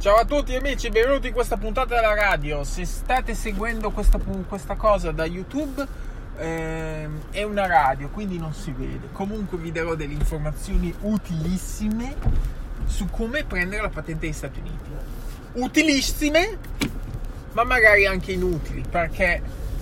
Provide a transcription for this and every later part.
Ciao a tutti amici, benvenuti in questa puntata della radio. Se state seguendo questa cosa da YouTube, è una radio, quindi non si vede. Comunque vi darò delle informazioni utilissime su come prendere la patente degli Stati Uniti. Utilissime, ma magari anche inutili, perché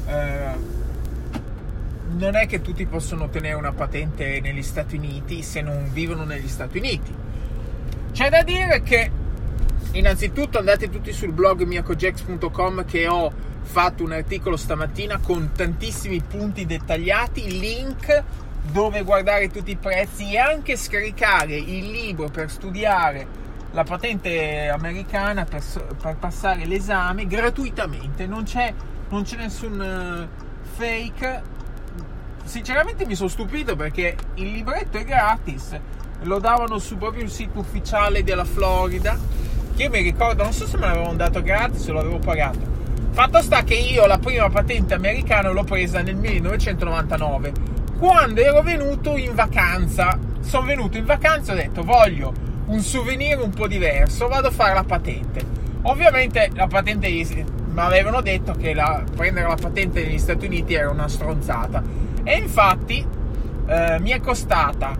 non è che tutti possono ottenere una patente negli Stati Uniti se non vivono negli Stati Uniti. C'è da dire che innanzitutto andate tutti sul blog miacogex.com, che ho fatto un articolo stamattina con tantissimi punti dettagliati, link dove guardare tutti i prezzi e anche scaricare il libro per studiare la patente americana per passare l'esame gratuitamente. Non c'è nessun fake. Sinceramente mi sono stupito perché il libretto è gratis, lo davano proprio il sito ufficiale della Florida. Io mi ricordo, non so se me l'avevano dato gratis o l'avevo pagato. Fatto sta che io la prima patente americana l'ho presa nel 1999, quando ero venuto in vacanza. Sono venuto in vacanza e ho detto voglio un souvenir un po' diverso, vado a fare la patente. Ovviamente la patente mi avevano detto che prendere la patente negli Stati Uniti era una stronzata, e infatti mi è costata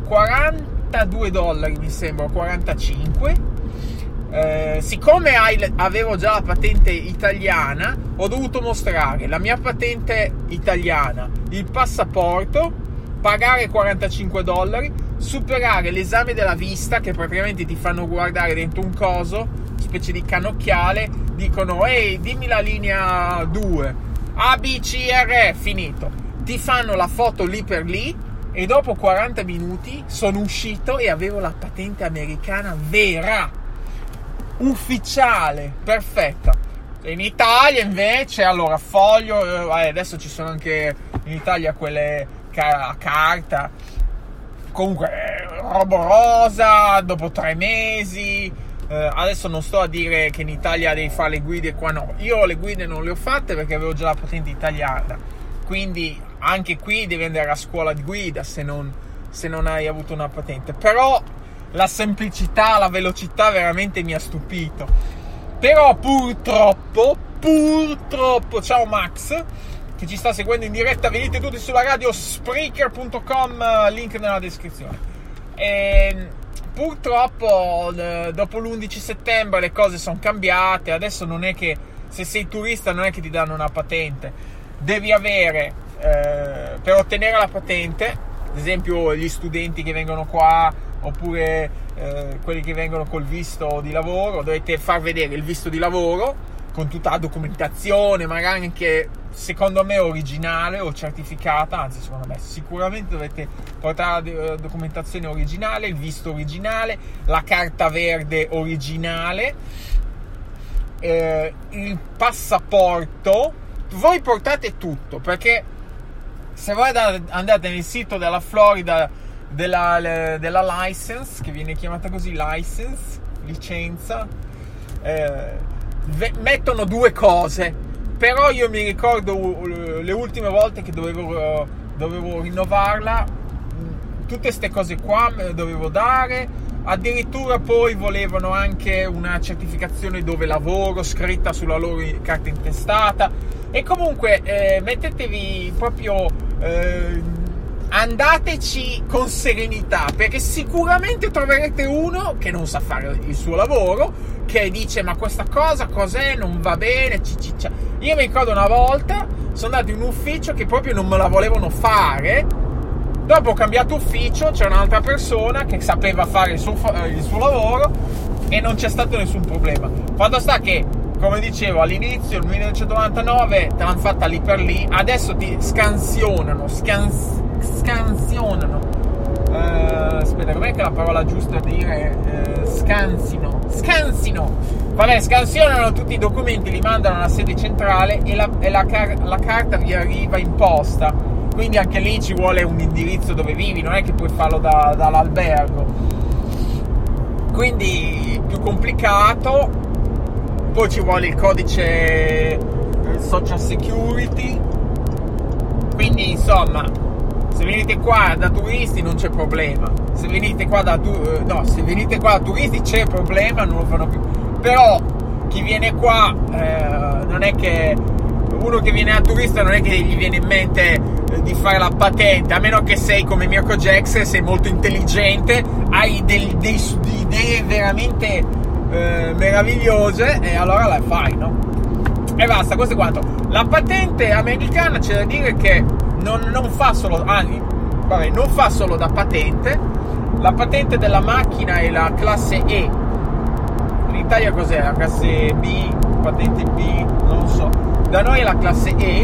$42, mi sembra, 45. Siccome avevo già la patente italiana, ho dovuto mostrare la mia patente italiana, il passaporto, pagare $45, superare l'esame della vista, che praticamente ti fanno guardare dentro un coso, specie di cannocchiale, dicono ehi dimmi la linea 2 A, B, C, R, finito, ti fanno la foto lì per lì, e dopo 40 minuti sono uscito e avevo la patente americana vera, ufficiale, perfetta. In Italia invece, allora, foglio, adesso ci sono anche in Italia quelle a carta, comunque roba rosa, dopo 3 mesi. Adesso non sto a dire che in Italia devi fare le guide, qua no. Io le guide non le ho fatte perché avevo già la patente italiana, quindi anche qui devi andare a scuola di guida se non hai avuto una patente. Però la semplicità, la velocità veramente mi ha stupito. Però purtroppo, ciao Max che ci sta seguendo in diretta, venite tutti sulla radio, Spreaker.com, link nella descrizione. Purtroppo dopo l'11 settembre le cose sono cambiate. Adesso non è che se sei turista non è che ti danno una patente, devi avere per ottenere la patente, ad esempio gli studenti che vengono qua oppure quelli che vengono col visto di lavoro, dovete far vedere il visto di lavoro con tutta la documentazione, magari anche secondo me originale o certificata, anzi secondo me sicuramente dovete portare la documentazione originale, il visto originale, la carta verde originale, il passaporto. Voi portate tutto, perché se voi andate nel sito della Florida della license, che viene chiamata così, licenza, mettono 2 cose, però io mi ricordo le ultime volte che dovevo rinnovarla, tutte queste cose qua me le dovevo dare. Addirittura poi volevano anche una certificazione dove lavoro scritta sulla loro carta intestata. E comunque mettetevi proprio, andateci con serenità, perché sicuramente troverete uno che non sa fare il suo lavoro, che dice ma questa cosa cos'è, non va bene, ciciccia. Io mi ricordo una volta sono andato in un ufficio che proprio non me la volevano fare, dopo ho cambiato ufficio, c'era un'altra persona che sapeva fare il suo lavoro e non c'è stato nessun problema. Fatto sta che, come dicevo all'inizio, nel 1999 te l'hanno fatta lì per lì, adesso ti scansionano. Aspetta, com'è che è la parola giusta a dire? Scansino. Vabbè, scansionano tutti i documenti, li mandano alla sede centrale e la carta vi arriva in posta. Quindi anche lì ci vuole un indirizzo dove vivi, non è che puoi farlo dall'albergo. Quindi più complicato. Poi ci vuole il codice Social Security. Quindi insomma, se venite qua da turisti non c'è problema, se venite qua da turisti c'è problema, non lo fanno più. Però chi viene qua non è che uno che viene a turista non è che gli viene in mente di fare la patente, a meno che sei come Mirko Jax, sei molto intelligente, hai delle idee veramente meravigliose, e allora la fai, no? E basta, questo è quanto. La patente americana c'è da dire che non fa solo da patente. La patente della macchina è la classe E. In Italia cos'è? La classe B, patente B, non lo so. Da noi è la classe E.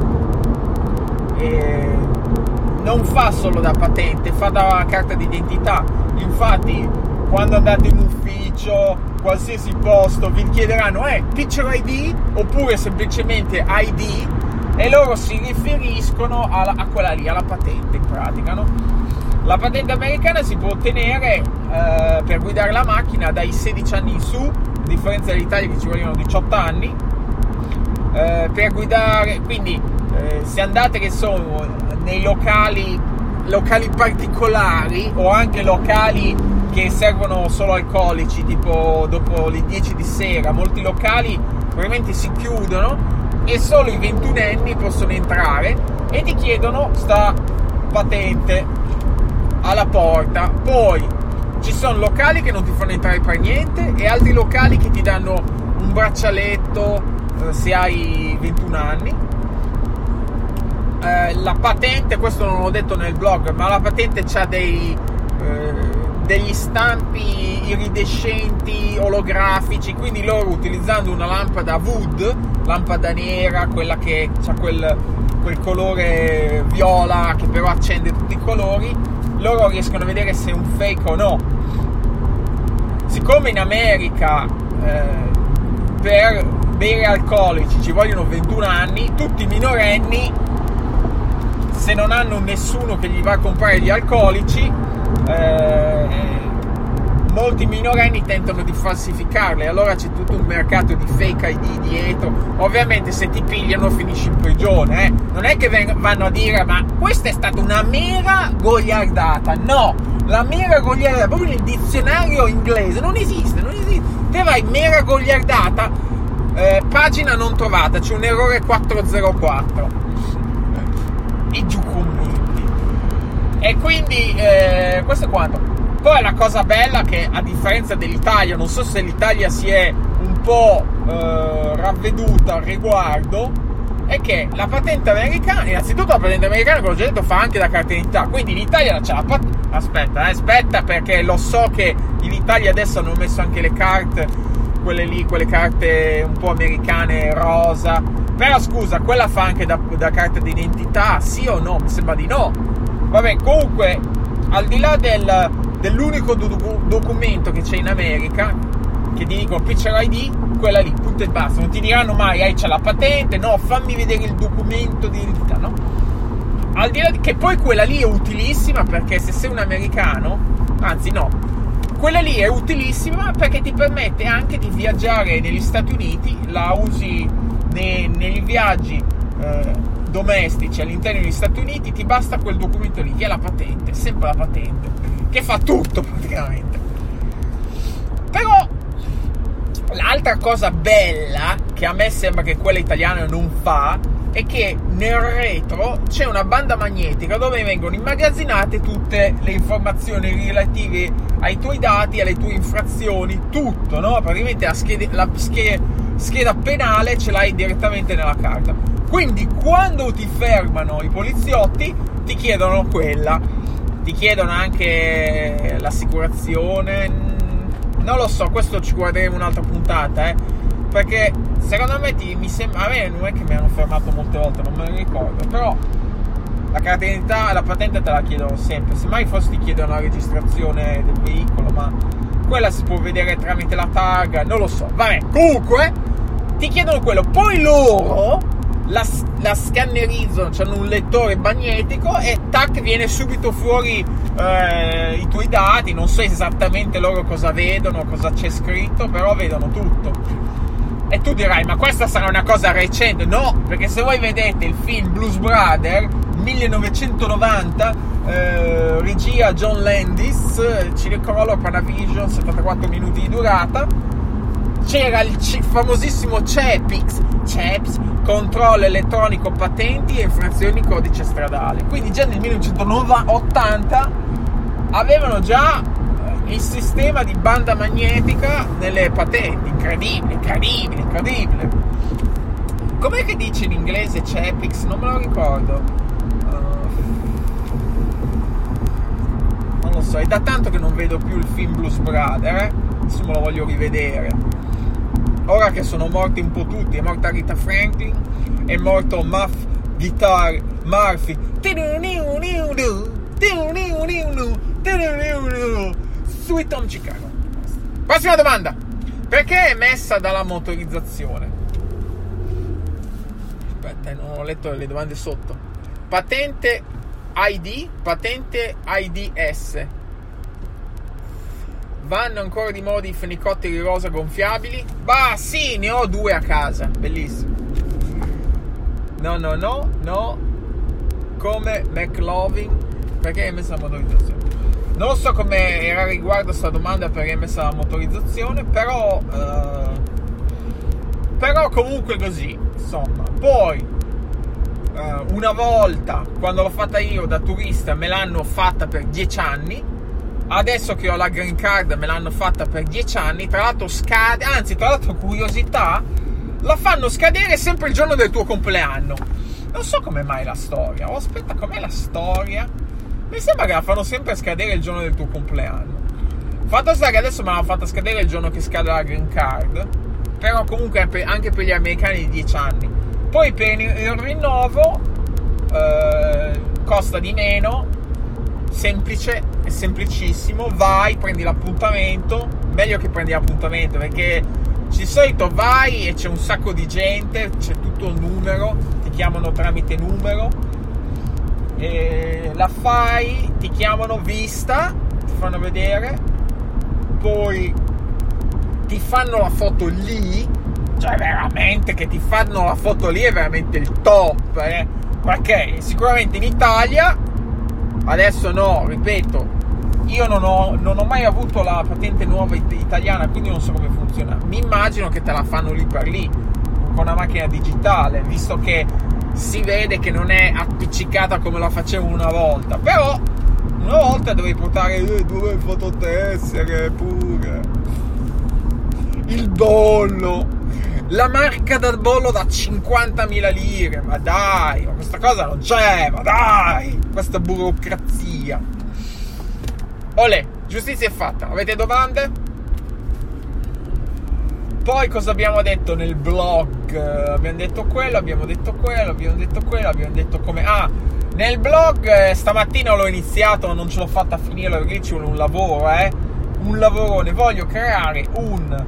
E non fa solo da patente, fa da carta d'identità. Infatti, quando andate in ufficio, qualsiasi posto, vi chiederanno picture ID oppure semplicemente ID, e loro si riferiscono a quella lì, alla patente in pratica, no? La patente americana si può ottenere per guidare la macchina dai 16 anni in su, a differenza dell'Italia che ci vogliono 18 anni per guidare. Quindi se andate che sono nei locali particolari, o anche locali che servono solo alcolici, tipo dopo le 10 di sera, molti locali probabilmente si chiudono e solo i 21enni possono entrare, e ti chiedono sta patente alla porta. Poi ci sono locali che non ti fanno entrare per niente, e altri locali che ti danno un braccialetto se hai 21 anni. La patente, questo non l'ho detto nel blog, ma la patente c'ha degli stampi iridescenti olografici, quindi loro, utilizzando una lampada Wood, lampada nera, quella che ha quel colore viola che però accende tutti i colori, loro riescono a vedere se è un fake o no. Siccome in America per bere alcolici ci vogliono 21 anni, tutti i minorenni, se non hanno nessuno che gli va a comprare gli alcolici, molti minorenni tentano di falsificarle, allora c'è tutto un mercato di fake ID dietro. Ovviamente se ti pigliano finisci in prigione, non è che vanno a dire ma questa è stata una mera goliardata. No, la mera goliardata proprio nel dizionario inglese non esiste. Te vai mera goliardata, pagina non trovata, c'è un errore 404 e giù commenti. E quindi questo è quanto. Poi la cosa bella che, a differenza dell'Italia, non so se l'Italia si è un po' ravveduta al riguardo, è che la patente americana, innanzitutto la patente americana, come ho già detto, fa anche da carta d'identità. Quindi in Italia c'è la patente. Aspetta, perché lo so che in Italia adesso hanno messo anche le carte, quelle carte un po' americane rosa. Però scusa, quella fa anche da carta d'identità, sì o no? Mi sembra di no. Vabbè, comunque, al di là dell'unico documento che c'è in America, che ti dicono picture ID, quella lì, punto e basta. Non ti diranno mai c'è la patente, no, fammi vedere il documento di identità, no? Al di là che poi quella lì è utilissima, perché se sei un americano, anzi no, quella lì è utilissima perché ti permette anche di viaggiare negli Stati Uniti, la usi nei viaggi domestici all'interno degli Stati Uniti, ti basta quel documento lì, che è la patente, sempre la patente, che fa tutto praticamente. Però l'altra cosa bella, che a me sembra che quella italiana non fa, è che nel retro c'è una banda magnetica dove vengono immagazzinate tutte le informazioni relative ai tuoi dati, alle tue infrazioni, tutto, no? Praticamente la scheda penale ce l'hai direttamente nella carta. Quindi quando ti fermano i poliziotti ti chiedono quella, ti chiedono anche l'assicurazione, non lo so, questo ci guarderemo un'altra puntata, perché secondo me mi sembra, a me non è che mi hanno fermato molte volte, non me lo ricordo, però la carta d'identità e la patente te la chiedono sempre, semmai forse ti chiedono la registrazione del veicolo, ma quella si può vedere tramite la targa, non lo so, vabbè, comunque ti chiedono quello, poi loro la scannerizzano, hanno un lettore magnetico e tac, viene subito fuori i tuoi dati. Non so esattamente loro cosa vedono, cosa c'è scritto, però vedono tutto. E tu dirai, ma questa sarà una cosa recente? No, perché se voi vedete il film Blues Brothers 1990, regia John Landis, Cinecolor Panavision, 74 minuti di durata, c'era il famosissimo CEPIX, controllo elettronico patenti e infrazioni codice stradale. Quindi già nel 1980 avevano già il sistema di banda magnetica nelle patenti. Incredibile. Com'è che dice in inglese CEPIX? Non me lo ricordo. Non lo so, è da tanto che non vedo più il film Blues Brothers, adesso me lo voglio rivedere. Ora che sono morti un po' tutti, è morta Rita Franklin, è morto Guitar Murphy. Sweet Home Chicago. Prossima domanda. Perché è messa dalla motorizzazione? Aspetta, non ho letto le domande sotto. Patente ID, patente IDS. Vanno ancora di moda i fenicotteri rosa gonfiabili? Bah, sì, ne ho 2 a casa. Bellissimo. No. Come McLovin. Perché è messa la motorizzazione? Non so come era riguardo sta domanda perché è messa la motorizzazione, però comunque così, insomma. Poi una volta, quando l'ho fatta io da turista, me l'hanno fatta per 10 anni. Adesso che ho la green card me l'hanno fatta per 10 anni. Tra l'altro scade, anzi, tra l'altro curiosità, la fanno scadere sempre il giorno del tuo compleanno. Non so come mai la storia. Oh, aspetta, com'è la storia? Mi sembra che la fanno sempre scadere il giorno del tuo compleanno. Fatto sta che adesso me l'hanno fatta scadere il giorno che scade la green card. Però comunque anche per gli americani di 10 anni. Poi per il rinnovo costa di meno. Semplice, è semplicissimo. Vai, prendi l'appuntamento. Meglio che prendi l'appuntamento, perché di solito vai e c'è un sacco di gente, c'è tutto un numero, ti chiamano tramite numero, e la fai, ti chiamano vista, ti fanno vedere, poi ti fanno la foto lì, cioè veramente che ti fanno la foto lì è veramente il top, perché sicuramente in Italia, adesso no, ripeto, io non ho mai avuto la patente nuova italiana, quindi non so come funziona. Mi immagino che te la fanno lì per lì, con una macchina digitale, visto che si vede che non è appiccicata come la facevo una volta. Però una volta dovevi portare 2 fototessere pure, il bollo, la marca da bollo da 50.000 lire. Ma dai, ma questa cosa non c'è, ma dai, questa burocrazia. Olè, giustizia è fatta. Avete domande? Poi cosa abbiamo detto nel blog? Abbiamo detto quello, abbiamo detto come... Ah, nel blog stamattina l'ho iniziato, ma non ce l'ho fatta a finire perché ci vuole un lavoro, un lavorone. Voglio creare un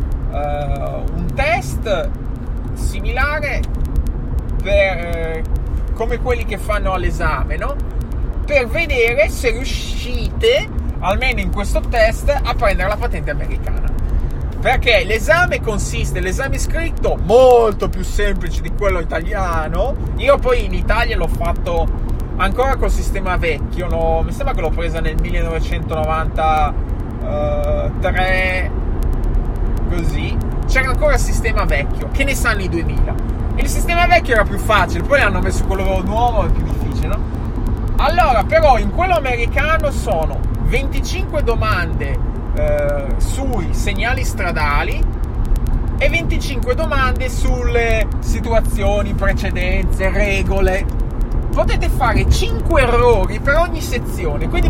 test similare per come quelli che fanno all'esame, no? Per vedere se riuscite, almeno in questo test, a prendere la patente americana. Perché l'esame scritto molto più semplice di quello italiano. Io poi in Italia l'ho fatto ancora col sistema vecchio, mi sembra che l'ho presa nel 1993, così. C'era ancora il sistema vecchio, che ne sanno i 2000. Il sistema vecchio era più facile, poi hanno messo quello nuovo, è più difficile, no? Allora, però in quello americano sono 25 domande sui segnali stradali e 25 domande sulle situazioni, precedenze, regole. Potete fare 5 errori per ogni sezione, quindi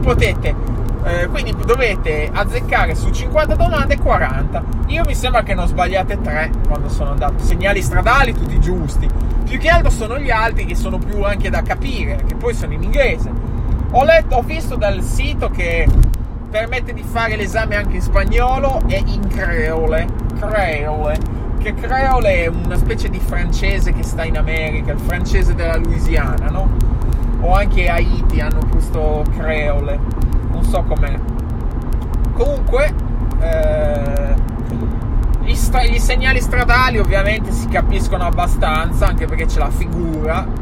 dovete azzeccare su 50 domande 40. Io mi sembra che ne ho sbagliate 3 quando sono andato. Segnali stradali tutti giusti, più che altro sono gli altri che sono più anche da capire, che poi sono in inglese. Ho visto dal sito che permette di fare l'esame anche in spagnolo e in creole, che creole è una specie di francese che sta in America, il francese della Louisiana, no? O anche Haiti hanno questo creole, non so com'è. Comunque gli segnali stradali ovviamente si capiscono abbastanza, anche perché c'è la figura.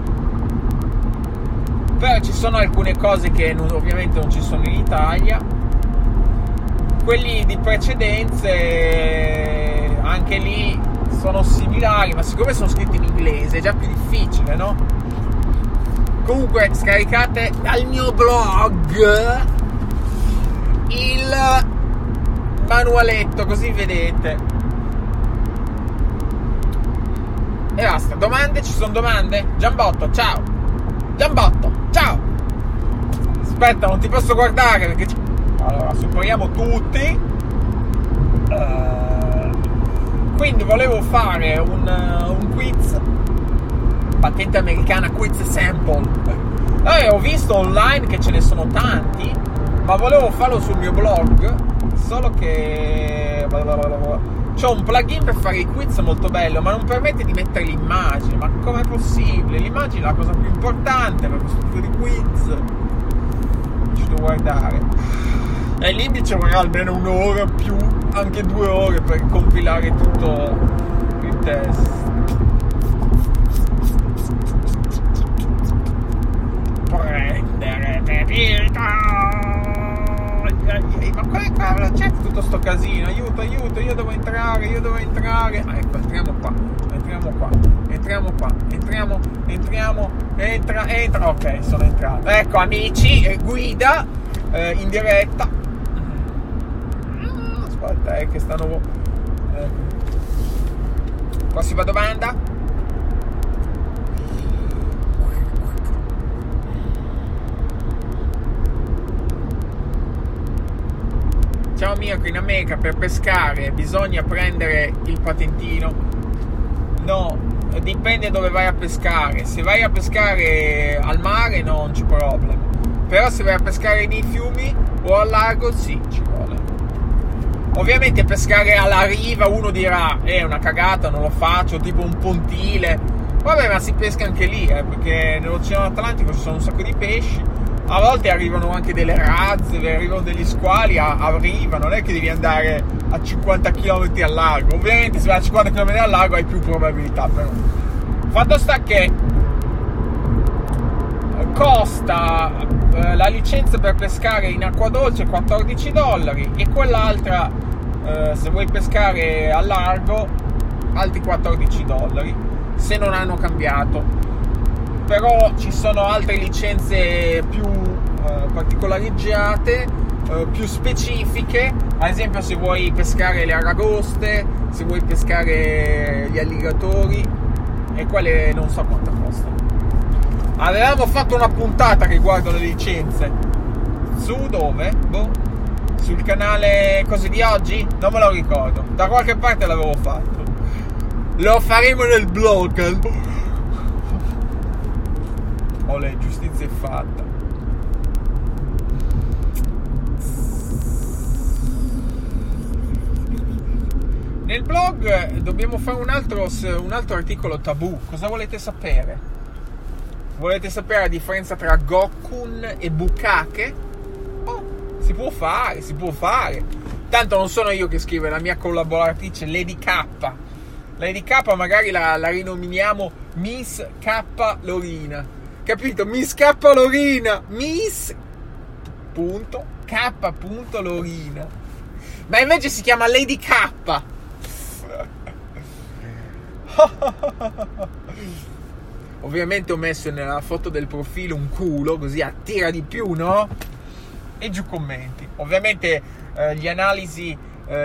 Però ci sono alcune cose che ovviamente non ci sono in Italia. Quelli di precedenze sono similari, ma siccome sono scritti in inglese è già più difficile, no? Comunque scaricate dal mio blog il manualetto, così vedete. E basta. Domande? Ci sono domande? Giambotto, ciao. Giambotto, ciao. Aspetta, non ti posso guardare perché allora, supponiamo tutti. Quindi volevo fare un quiz, patente americana quiz sample. Ho visto online che ce ne sono tanti, ma volevo farlo sul mio blog, solo che c'ho un plugin per fare i quiz molto bello, ma non permette di mettere l'immagine. Ma com'è possibile? L'immagine è la cosa più importante per questo tipo di quiz. Ci devo guardare. E lì mi ci vorrà almeno un'ora più, anche 2 ore per compilare tutto il test. Prendere ferita. Ma quale cavolo c'è tutto sto casino? Aiuto, io devo entrare. Ecco, entra. Ok, sono entrato. Ecco, amici, guida in diretta. Aspetta, che stanno. Prossima domanda. Ciao Mirko, in America per pescare bisogna prendere il patentino? No, dipende dove vai a pescare. Se vai a pescare al mare non c'è problema, però se vai a pescare nei fiumi o al lago sì, ci vuole. Ovviamente pescare alla riva uno dirà è una cagata, non lo faccio, tipo un pontile. Vabbè, ma si pesca anche lì, perché nell'Oceano Atlantico ci sono un sacco di pesci. A volte arrivano anche delle razze, arrivano degli squali a riva, non è che devi andare a 50 km al largo. Ovviamente se vai a 50 km al largo hai più probabilità, però. Fatto sta che costa la licenza per pescare in acqua dolce $14 e quell'altra se vuoi pescare al largo altri $14 se non hanno cambiato. Però ci sono altre licenze più particolareggiate, più specifiche, ad esempio se vuoi pescare le aragoste, se vuoi pescare gli alligatori, e quelle non so quanto costano. Avevamo fatto una puntata riguardo le licenze. Su dove? Boh. Sul canale Cose di Oggi? Non me lo ricordo. Da qualche parte l'avevo fatto. Lo faremo nel blog. Olè, giustizia è fatta. Nel blog dobbiamo fare un altro articolo tabù. Cosa volete sapere? Volete sapere la differenza tra Gokun e Bukake? Oh, si può fare. Tanto non sono io che scrivo, è la mia collaboratrice Lady K. Lady K magari la rinominiamo Miss K Lorina. Capito? Miss K Lorina. Miss K Lorina. Ma invece si chiama Lady K. Ovviamente ho messo nella foto del profilo un culo, così attira di più, no? E giù commenti. Ovviamente gli analisti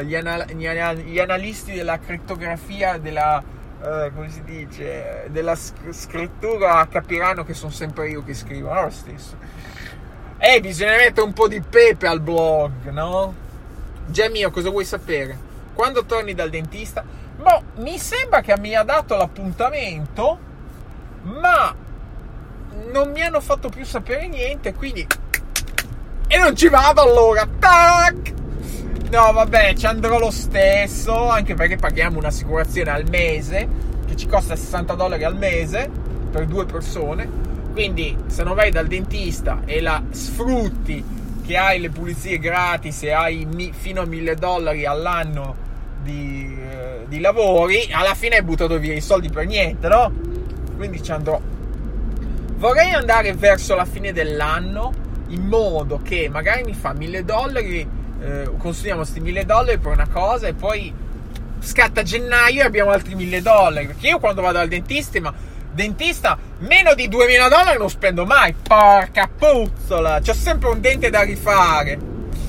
della crittografia della come si dice, della scrittura capiranno che sono sempre io che scrivo, no? Lo stesso. Bisogna mettere un po' di pepe al blog, no? Già mio, cosa vuoi sapere? Quando torni dal dentista? Boh, mi sembra che mi ha dato l'appuntamento, ma non mi hanno fatto più sapere niente, quindi e non ci vado allora. Tac! No, vabbè, ci andrò lo stesso, anche perché paghiamo un'assicurazione al mese che ci costa $60 al mese per 2 persone. Quindi se non vai dal dentista e la sfrutti che hai le pulizie gratis e hai fino a $1.000 all'anno di lavori, alla fine hai buttato via i soldi per niente, no? Quindi ci andrò. Vorrei andare verso la fine dell'anno in modo che magari mi fa $1.000, consumiamo questi $1.000 per una cosa e poi scatta gennaio e abbiamo altri $1.000, perché io quando vado al dentista meno di $2.000 non spendo mai, porca puzzola, c'ho sempre un dente da rifare.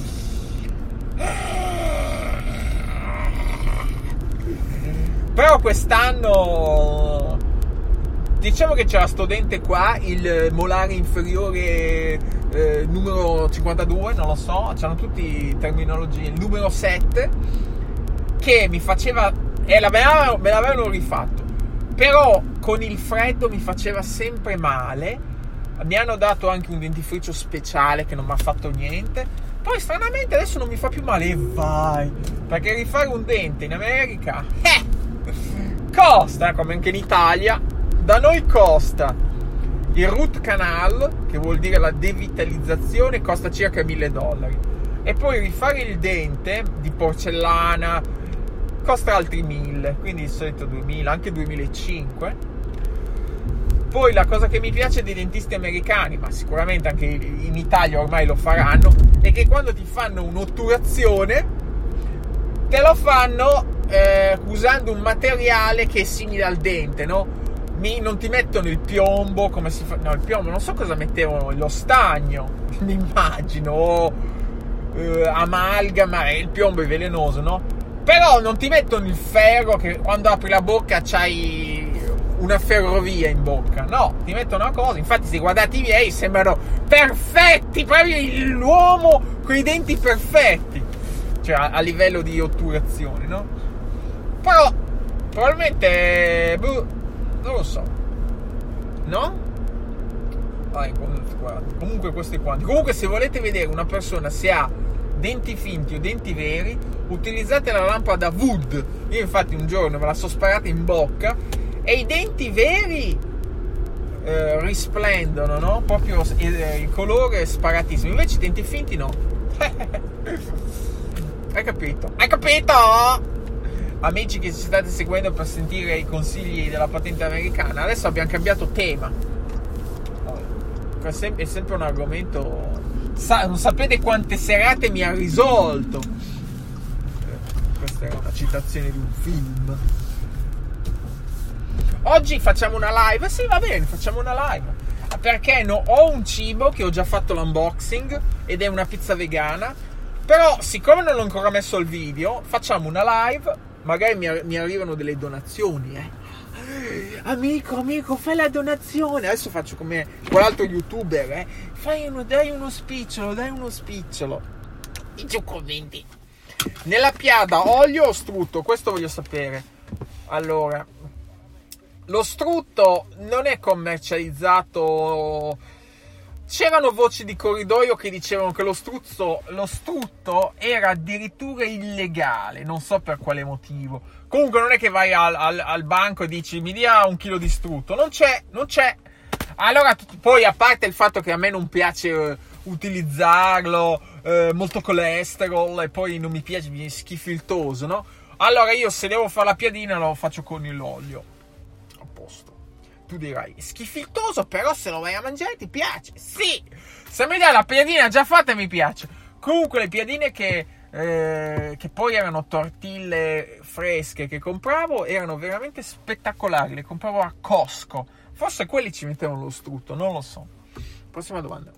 Però quest'anno diciamo che c'era sto dente qua, il molare inferiore numero 52, non lo so, c'hanno tutti terminologie, il numero 7, che mi faceva, me l'avevano rifatto, però con il freddo mi faceva sempre male. Mi hanno dato anche un dentifricio speciale che non mi ha fatto niente, poi stranamente adesso non mi fa più male, e vai, perché rifare un dente in America costa, come anche in Italia. Da noi costa il root canal, che vuol dire la devitalizzazione, costa circa $1.000, e poi rifare il dente di porcellana costa altri 1.000, quindi di solito 2.000, anche 2.500. Poi la cosa che mi piace dei dentisti americani, ma sicuramente anche in Italia ormai lo faranno, è che quando ti fanno un'otturazione te lo fanno usando un materiale che è simile al dente, no? Non ti mettono il piombo come si fa. No, il piombo non so cosa mettevano, lo stagno, mi immagino, o amalgama, il piombo è velenoso, no? Però non ti mettono il ferro che quando apri la bocca c'hai una ferrovia in bocca, no, ti mettono una cosa. Infatti se guardate i miei sembrano perfetti, proprio l'uomo con i denti perfetti, cioè a livello di otturazione, no? Però probabilmente non lo so, no? Comunque questi quanti. Comunque se volete vedere una persona se ha denti finti o denti veri, utilizzate la lampada Wood. Io infatti un giorno me la sono sparata in bocca e i denti veri risplendono, no? Proprio il colore è sparatissimo. Invece i denti finti no. Hai capito? Amici che ci state seguendo per sentire i consigli della patente americana, adesso abbiamo cambiato tema. È sempre un argomento. Non sapete quante serate mi ha risolto. Questa è una citazione di un film. Oggi facciamo una live. Sì, va bene, facciamo una live. Perché no, ho un cibo che ho già fatto l'unboxing ed è una pizza vegana. Però siccome non ho ancora messo il video, facciamo una live. Magari mi arrivano delle donazioni, amico, fai la donazione. Adesso faccio come quell'altro youtuber, dai uno spicciolo. I giù commenti. Nella piada olio o strutto? Questo voglio sapere. Allora, lo strutto non è commercializzato. C'erano voci di corridoio che dicevano che lo strutto era addirittura illegale, non so per quale motivo. Comunque non è che vai al banco e dici mi dia 1 chilo di strutto, non c'è. Allora, poi a parte il fatto che a me non piace utilizzarlo, molto colesterol, e poi non mi piace, mi è schifiltoso, no? Allora io se devo fare la piadina lo faccio con l'olio, a posto. Tu dirai, è schifiltoso, però se lo vai a mangiare ti piace. Sì, se mi dai la piadina già fatta mi piace. Comunque le piadine che poi erano tortille fresche che compravo erano veramente spettacolari. Le compravo a Costco. Forse quelli ci mettevano lo strutto, non lo so. Prossima domanda.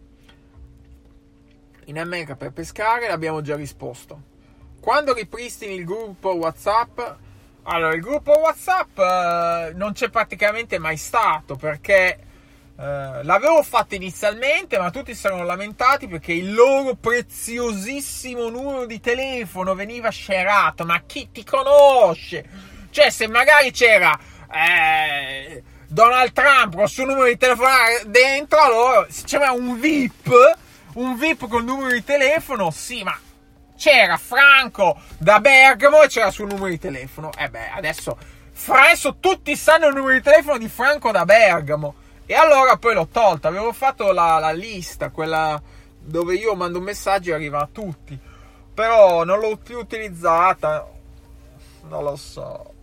In America per pescare l'abbiamo già risposto. Quando ripristini il gruppo WhatsApp? Allora, il gruppo WhatsApp non c'è praticamente mai stato, perché l'avevo fatto inizialmente, ma tutti si erano lamentati perché il loro preziosissimo numero di telefono veniva sharato. Ma chi ti conosce? Cioè, se magari c'era Donald Trump con il suo numero di telefono dentro, allora se c'era un VIP col numero di telefono, sì, ma c'era Franco da Bergamo e c'era il suo numero di telefono. Adesso tutti sanno il numero di telefono di Franco da Bergamo. E allora poi l'ho tolta. Avevo fatto la lista, quella dove io mando un messaggio e arriva a tutti. Però non l'ho più utilizzata. Non lo so.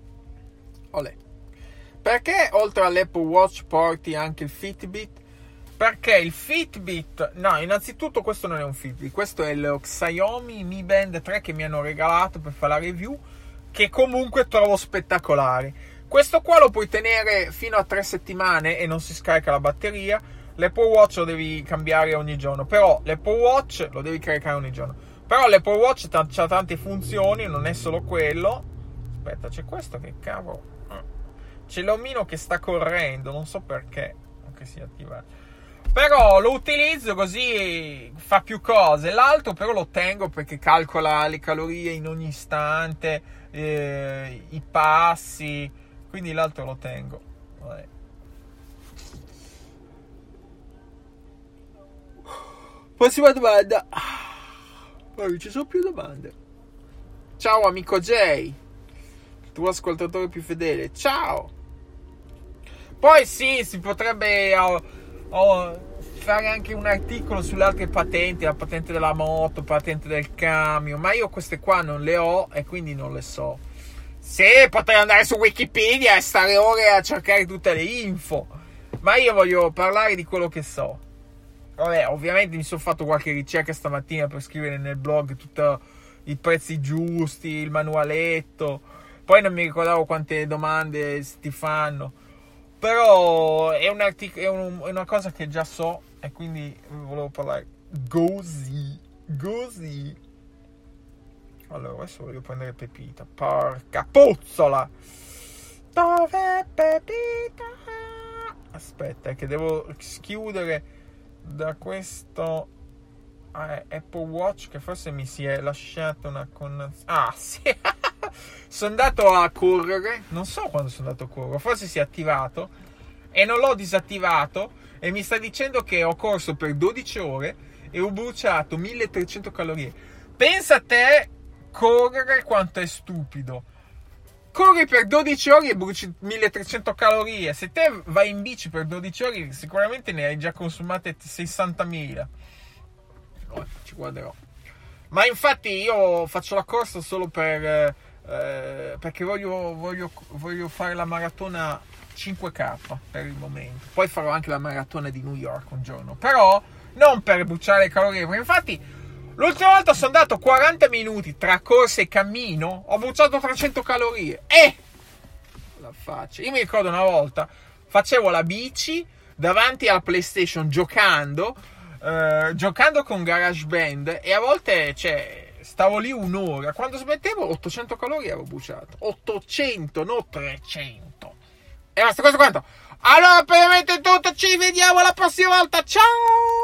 Olè. Perché oltre all'Apple Watch porti anche il Fitbit? Perché il Fitbit, no, innanzitutto questo non è un Fitbit, questo è lo Xiaomi Mi Band 3 che mi hanno regalato per fare la review, che comunque trovo spettacolare. Questo qua lo puoi tenere fino a 3 settimane e non si scarica la batteria. L'Apple Watch lo devi cambiare ogni giorno, però l'Apple Watch lo devi caricare ogni giorno. Però l'Apple Watch ha tante funzioni, non è solo quello. Aspetta, c'è questo che cavolo. C'è l'omino che sta correndo, non so perché, che sia attivato. Però lo utilizzo così, fa più cose. L'altro però lo tengo perché calcola le calorie in ogni istante, i passi, quindi l'altro lo tengo. Vabbè. Prossima domanda. Non ci sono più domande. Ciao amico Jay, tuo ascoltatore più fedele. Ciao. Poi sì, si potrebbe fare anche un articolo sulle altre patenti, la patente della moto, patente del camion, ma io queste qua non le ho e quindi non le so. Sì, potrei andare su Wikipedia e stare ore a cercare tutte le info, ma io voglio parlare di quello che so. Vabbè, ovviamente mi sono fatto qualche ricerca stamattina per scrivere nel blog tutti i prezzi giusti, il manualetto, poi non mi ricordavo quante domande ti fanno. Però è una cosa che già so e quindi volevo parlare così. Allora, adesso voglio prendere Pepita. Porca puzzola! Dov'è Pepita? Aspetta, che devo schiudere da questo Apple Watch che forse mi si è lasciata una connazione. Ah, sì! Sono andato a correre, non so quando sono andato a correre, forse si è attivato e non l'ho disattivato e mi sta dicendo che ho corso per 12 ore e ho bruciato 1300 calorie. Pensa a te correre quanto è stupido. Corri per 12 ore e bruci 1300 calorie. Se te vai in bici per 12 ore sicuramente ne hai già consumate 60.000. Oh, ci guarderò. Ma infatti io faccio la corsa solo perché voglio fare la maratona 5K per il momento. Poi farò anche la maratona di New York un giorno, però non per bruciare le calorie, perché infatti l'ultima volta sono andato 40 minuti tra corsa e cammino, ho bruciato 300 calorie la faccia. Io mi ricordo una volta facevo la bici davanti alla PlayStation giocando con GarageBand e a volte stavo lì un'ora. Quando smettevo 800 calorie avevo bruciato. 800, non 300. E basta, questo quanto. Allora per il momento è tutto, ci vediamo la prossima volta. Ciao!